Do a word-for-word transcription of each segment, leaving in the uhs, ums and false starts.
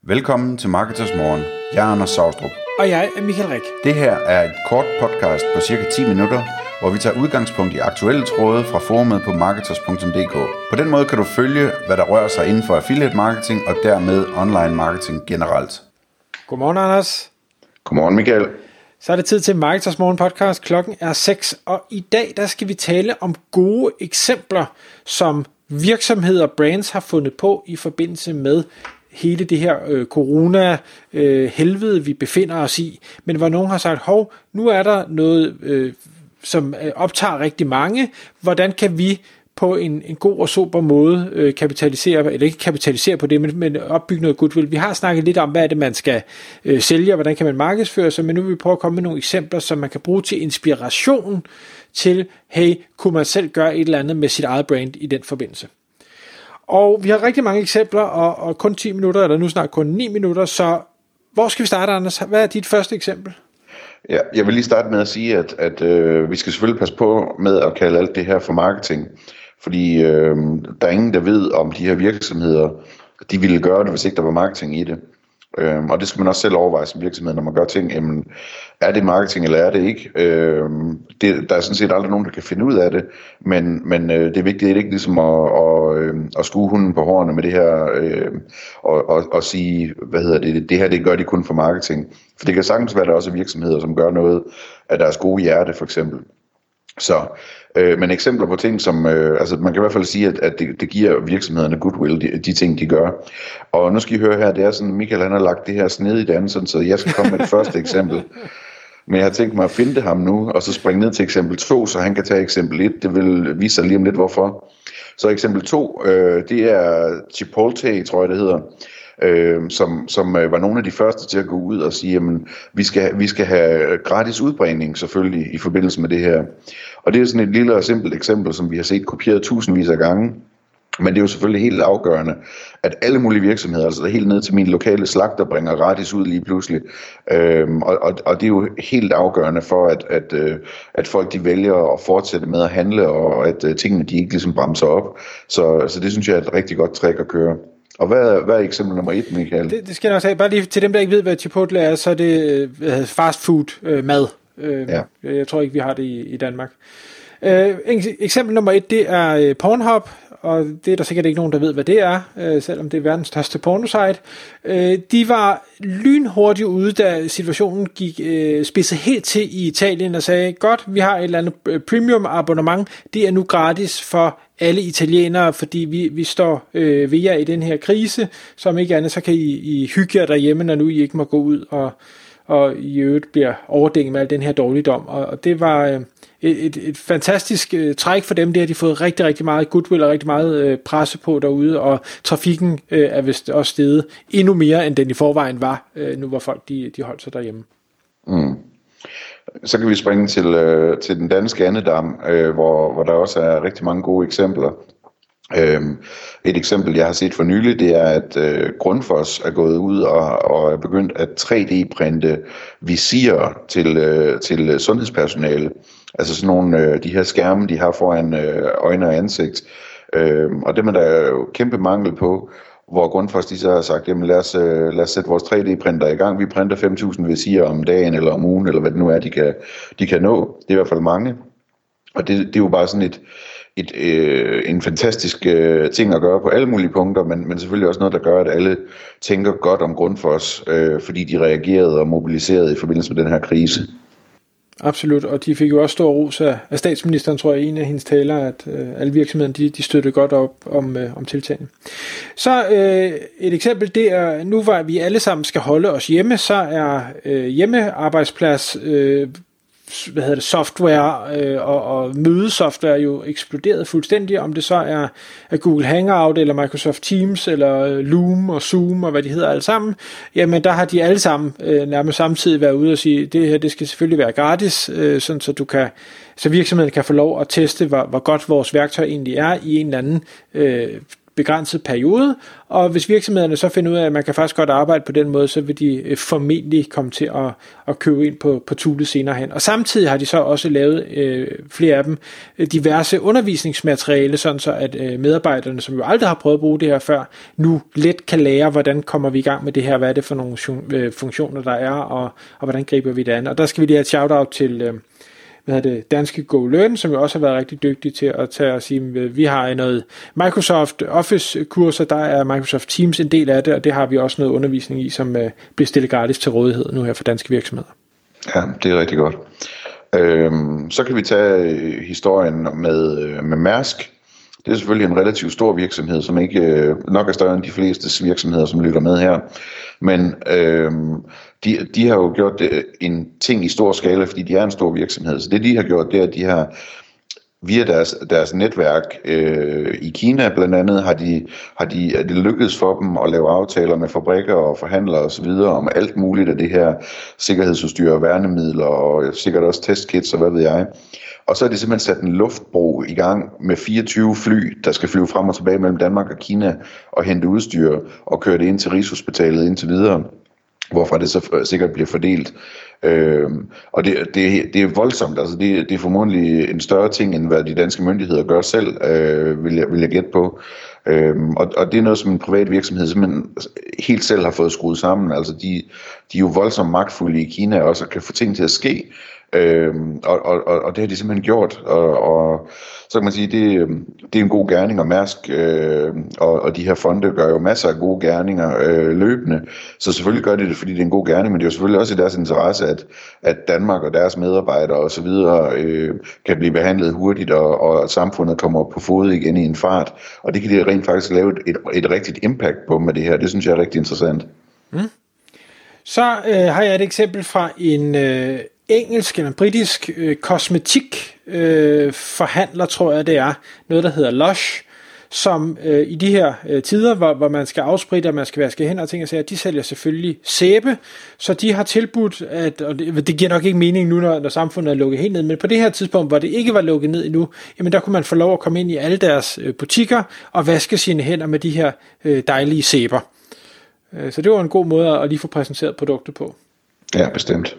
Velkommen til Marketers Morgen. Jeg er Anders Saustrup. Og jeg er Michael Rik. Det her er et kort podcast på cirka ti minutter, hvor vi tager udgangspunkt i aktuelle tråde fra forumet på marketers punktum d k. På den måde kan du følge, hvad der rører sig inden for affiliate marketing og dermed online marketing generelt. Godmorgen, Anders. Godmorgen, Michael. Så er det tid til Marketers Morgen podcast. Klokken er seks, og i dag der skal vi tale om gode eksempler, som virksomheder og brands har fundet på i forbindelse med hele det her øh, corona-helvede, øh, vi befinder os i. Men hvor nogen har sagt, hov, nu er der noget, øh, som optager rigtig mange. Hvordan kan vi på en, en god og sober måde øh, kapitalisere, eller ikke kapitalisere på det, men, men opbygge noget goodwill. Vi har snakket lidt om, hvad er det, man skal øh, sælge, og hvordan kan man markedsføre sig, men nu vil vi prøve at komme med nogle eksempler, som man kan bruge til inspiration til, hey, kunne man selv gøre et eller andet med sit eget brand i den forbindelse. Og vi har rigtig mange eksempler, og, og kun ti minutter, eller nu snart kun ni minutter, så hvor skal vi starte, Anders? Hvad er dit første eksempel? Ja, jeg vil lige starte med at sige, at, at øh, vi skal selvfølgelig passe på med at kalde alt det her for marketing, fordi øh, der er ingen, der ved, om de her virksomheder, de ville gøre det, hvis ikke der var marketing i det. Øhm, og det skal man også selv overveje som virksomhed, når man gør ting. Jamen, er det marketing, eller er det ikke? Øhm, det, der er sådan set aldrig nogen, der kan finde ud af det, men, men øh, det er vigtigt ikke ligesom at, at, øh, at skue hunden på hårene med det her, øh, og, og, og sige, hvad hedder det, det her det gør de kun for marketing. For det kan sagtens være, der også er virksomheder, som gør noget af deres gode hjerte, for eksempel. Så, øh, men eksempler på ting, som, øh, altså man kan i hvert fald sige, at, at det, det giver virksomhederne goodwill, de, de ting, de gør. Og nu skal I høre her, det er sådan, Michael han har lagt det her sned i dansen, så jeg skal komme med det første eksempel. Men jeg har tænkt mig at finde ham nu, og så springe ned til eksempel to, så han kan tage eksempel et. Det vil vise sig lige om lidt, hvorfor. Så eksempel to, øh, det er Chipotle, tror jeg det hedder. Øh, som, som øh, var nogle af de første til at gå ud og sige, jamen, vi skal, vi skal have gratis udbringning selvfølgelig i forbindelse med det her. Og det er sådan et lille og simpelt eksempel, som vi har set kopieret tusindvis af gange. Men det er jo selvfølgelig helt afgørende, at alle mulige virksomheder, altså der helt ned til min lokale slagter, bringer gratis ud lige pludselig. Øhm, og, og, og det er jo helt afgørende for, at, at, at folk de vælger at fortsætte med at handle, og at tingene de ikke ligesom bremser op. Så, så det synes jeg er et rigtig godt trick at køre. Og hvad, hvad er eksempel nummer et, Michael? Det, det skal jeg nok sige. Bare lige til dem, der ikke ved, hvad Chipotle er, så er det øh, fast food øh, mad. Øh, ja. Jeg tror ikke, vi har det i, i Danmark. Øh, eksempel nummer et, det er øh, Pornhub, og det er der sikkert ikke nogen, der ved, hvad det er, øh, selvom det er verdens største pornosite. Øh, de var lynhurtigt ude, da situationen gik øh, spidset helt til i Italien og sagde, godt, vi har et eller andet premium abonnement, det er nu gratis for alle italienere, fordi vi, vi står øh, ved jer i den her krise, som ikke andet, så kan I, I hygge jer derhjemme, når nu I ikke må gå ud, og, og i øvrigt bliver overdænget med al den her dårligdom. Og, og det var øh, et, et, et fantastisk øh, træk for dem. Det har de fået rigtig, rigtig meget goodwill og rigtig meget øh, presse på derude, og trafikken øh, er vist også steget endnu mere, end den i forvejen var, øh, nu hvor folk de, de holdt sig derhjemme. Mm. Så kan vi springe til, øh, til den danske andedam, øh, hvor, hvor der også er rigtig mange gode eksempler. Øh, et eksempel, jeg har set for nylig, det er, at øh, Grundfos er gået ud og, og er begyndt at tre D-printe visirer til, øh, til sundhedspersonale. Altså sådan nogle, øh, de her skærme, de har foran øh, øjne og ansigt. Øh, og det er der jo kæmpe mangel på, hvor Grundfos de så har sagt, jamen lad os, øh, lad os sætte vores tre D-printer i gang. Vi printer fem tusind visirer om dagen eller om ugen, eller hvad det nu er, de kan, de kan nå. Det er i hvert fald mange. Og det, det er jo bare sådan et, et, øh, en fantastisk øh, ting at gøre på alle mulige punkter, men, men selvfølgelig også noget, der gør, at alle tænker godt om Grundfos, øh, fordi de reagerede og mobiliserede i forbindelse med den her krise. Absolut, og de fik jo også stor ros af, af statsministeren, tror jeg, i en af hendes taler, at øh, alle virksomhederne, de, de støttede godt op om, øh, om tiltagene. Så øh, et eksempel, det er, nu hvor vi alle sammen skal holde os hjemme, så er øh, hjemmearbejdsplads, øh, hvad hedder det, software øh, og, og mødesoftware jo eksploderet fuldstændig, om det så er, er Google Hangout eller Microsoft Teams eller øh, Loom og Zoom og hvad de hedder alle sammen, jamen der har de alle sammen øh, nærmest samtidig været ude og sige, det her det skal selvfølgelig være gratis, øh, sådan så du kan, så virksomheden kan få lov at teste, hvor, hvor godt vores værktøj egentlig er i en eller anden øh, begrænset periode, og hvis virksomhederne så finder ud af, at man kan faktisk godt arbejde på den måde, så vil de øh, formentlig komme til at, at købe ind på, på Thule senere hen. Og samtidig har de så også lavet øh, flere af dem diverse undervisningsmateriale, sådan så at øh, medarbejderne, som jo aldrig har prøvet at bruge det her før, nu let kan lære, hvordan kommer vi i gang med det her, hvad er det for nogle øh, funktioner der er, og, og hvordan griber vi det an. Og der skal vi lige have et shout-out til øh, hvad hedder det, danske GoLearn, som jo også har været rigtig dygtige til at tage og sige, vi har noget Microsoft Office-kurser, der er Microsoft Teams en del af det, og det har vi også noget undervisning i, som øh, bliver stillet gratis til rådighed nu her for danske virksomheder. Ja, det er rigtig godt. Øhm, så kan vi tage historien med, med Mærsk. Det er selvfølgelig en relativt stor virksomhed, som ikke nok er større end de fleste virksomheder, som lytter med her. Men øhm, de, de har jo gjort en ting i stor skala, fordi de er en stor virksomhed. Så det de har gjort, det er, at de har via deres, deres netværk øh, i Kina blandt andet, har de, har de, er det lykkedes for dem at lave aftaler med fabrikker og forhandlere osv. om alt muligt af det her sikkerhedsudstyr og værnemidler og sikkert også testkits og hvad ved jeg. Og så er de simpelthen sat en luftbro i gang med fireogtyve fly, der skal flyve frem og tilbage mellem Danmark og Kina og hente udstyr og køre det ind til Rigshospitalet indtil videre, hvorfra det så sikkert bliver fordelt. Øhm, og det, det, det er voldsomt, altså det, det er formodentlig en større ting, end hvad de danske myndigheder gør selv, øh, vil, jeg, vil jeg gætte på. Øhm, og, og det er noget, som en privat virksomhed simpelthen helt selv har fået skruet sammen. Altså de, de er jo voldsomt magtfulde i Kina også, og kan få ting til at ske. Øhm, og, og, og det har de simpelthen gjort, og, og så kan man sige, det, det er en god gerning, og Mærsk øh, og, og de her fonde gør jo masser af gode gerninger øh, løbende, så selvfølgelig gør de det, fordi det er en god gerning, men det er jo selvfølgelig også i deres interesse, at, at Danmark og deres medarbejdere og så videre øh, kan blive behandlet hurtigt, og, og at samfundet kommer på fod igen i en fart, og det kan de rent faktisk lave et, et, et rigtigt impact på med det her. Det synes jeg er rigtig interessant. Mm. Så øh, har jeg et eksempel fra en øh engelsk eller britisk øh, kosmetik øh, forhandler, tror jeg det er, noget der hedder Lush, som øh, i de her øh, tider, hvor, hvor man skal afspritte, og man skal vaske hænder og ting og sager, de sælger selvfølgelig sæbe, så de har tilbudt, at, og det, det giver nok ikke mening nu, når, når samfundet er lukket helt ned, men på det her tidspunkt, hvor det ikke var lukket ned endnu, jamen der kunne man få lov at komme ind i alle deres øh, butikker og vaske sine hænder med de her øh, dejlige sæber. Øh, så det var en god måde at lige få præsenteret produktet på. Ja, bestemt.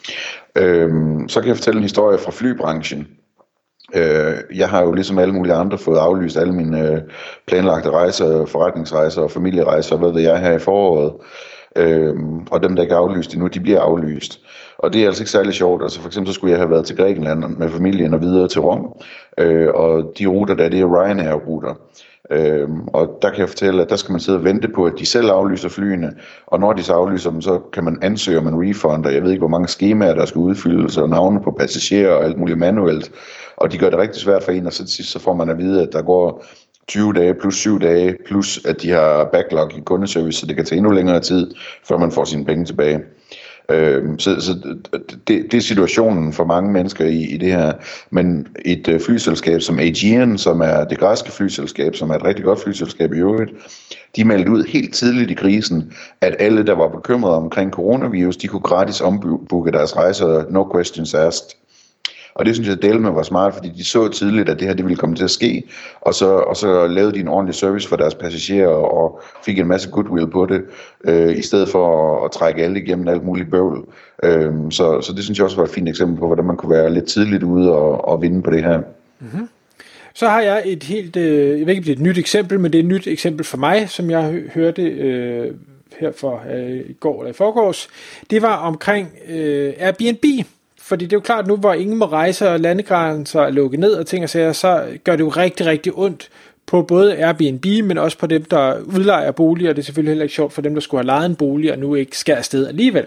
Øhm, så kan jeg fortælle en historie fra flybranchen. Øh, jeg har jo ligesom alle mulige andre fået aflyst alle mine øh, planlagte rejser, forretningsrejser og familierejser, hvad ved jeg, her i foråret. Øhm, og dem, der ikke er aflyst endnu, de bliver aflyst. Og det er altså ikke særlig sjovt. Altså for eksempel så skulle jeg have været til Grækenland med familien og videre til Rom. Øh, og de ruter der, det er Ryanair-ruter. Øhm, og der kan jeg fortælle, at der skal man sidde og vente på, at de selv aflyser flyene, og når de så aflyser dem, så kan man ansøge om en refund, og jeg ved ikke, hvor mange skemaer, der skal udfyldes, og navne på passagerer og alt muligt manuelt, og de gør det rigtig svært for en, og så til sidst så får man at vide, at der går tyve dage plus syv dage, plus at de har backlog i kundeservice, så det kan tage endnu længere tid, før man får sine penge tilbage. Øhm, så så det, det er situationen for mange mennesker i, i det her. Men et øh, flyselskab som Aegean, som er det græske flyselskab, som er et rigtig godt flyselskab i øvrigt, de meldte ud helt tidligt i krisen, at alle, der var bekymrede omkring coronavirus, de kunne gratis ombooke deres rejser, no questions asked. Og det synes jeg dele med var smart, fordi de så tidligt, at det her det ville komme til at ske, og så, og så lavede de en ordentlig service for deres passagerer, og fik en masse goodwill på det, øh, i stedet for at, at trække alle igennem alt muligt bøvl. Øh, så, så det synes jeg også var et fint eksempel på, hvordan man kunne være lidt tidligt ude og, og vinde på det her. Mm-hmm. Så har jeg et helt, øh, jeg ved ikke, om det er et nyt eksempel, men det er et nyt eksempel for mig, som jeg hørte øh, her for øh, i går eller i forgårs. Det var omkring øh, Airbnb. Fordi det er jo klart, nu hvor ingen må rejse, og landegrænser er lukket ned og ting og sager, så gør det jo rigtig, rigtig ondt på både Airbnb, men også på dem, der udlejer boliger. Det er selvfølgelig heller ikke sjovt for dem, der skulle have lejet en bolig, og nu ikke skal afsted alligevel.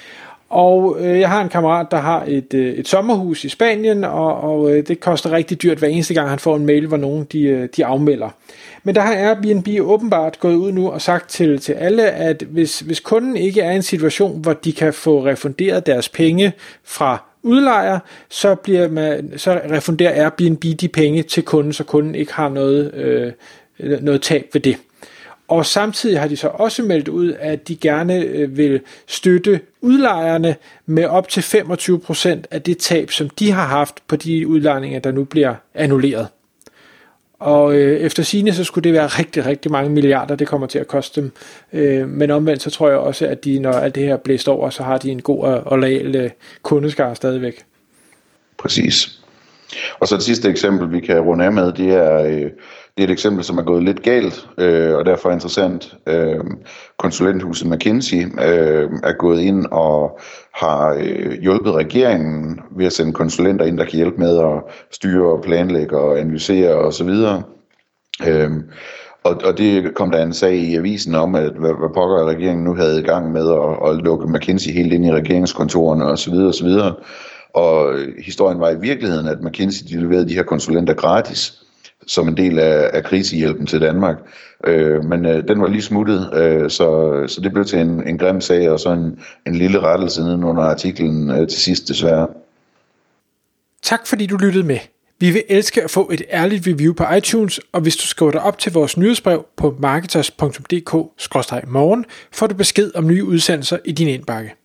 Og øh, jeg har en kammerat, der har et, øh, et sommerhus i Spanien, og, og øh, det koster rigtig dyrt hver eneste gang, han får en mail, hvor nogen de, øh, de afmelder. Men der har Airbnb åbenbart gået ud nu og sagt til, til alle, at hvis, hvis kunden ikke er i en situation, hvor de kan få refunderet deres penge fra udlejer, så, bliver man, så refunderer Airbnb de penge til kunden, så kunden ikke har noget, øh, noget tab ved det. Og samtidig har de så også meldt ud, at de gerne øh, vil støtte udlejerne med op til femogtyve procent af det tab, som de har haft på de udlejninger, der nu bliver annulleret. Og øh, efter sigende, så skulle det være rigtig, rigtig mange milliarder, det kommer til at koste dem. Øh, men omvendt, så tror jeg også, at de, når alt det her blæst over, så har de en god og, og loyal øh, kundeskare stadigvæk. Præcis. Og så det sidste eksempel, vi kan runde af med, det er, øh, det er et eksempel, som er gået lidt galt, øh, og derfor interessant. Øh, konsulenthuset McKinsey øh, er gået ind og har øh, hjulpet regeringen ved at sende konsulenter ind, der kan hjælpe med at styre og planlægge og analysere osv. Øh, og, og det kom der en sag i avisen om, at hvad, hvad pokker regeringen nu havde i gang med at, at lukke McKinsey helt ind i regeringskontorerne osv. osv. Og historien var i virkeligheden, at McKinsey de leverede de her konsulenter gratis, som en del af, af krisehjælpen til Danmark. Øh, men øh, den var lige smuttet, øh, så, så det blev til en, en grim sag, og så en, en lille rettelse neden under artiklen øh, til sidst desværre. Tak fordi du lyttede med. Vi vil elske at få et ærligt review på iTunes, og hvis du skriver dig op til vores nyhedsbrev på marketers punktum d k skråstreg morgen, får du besked om nye udsendelser i din indbakke.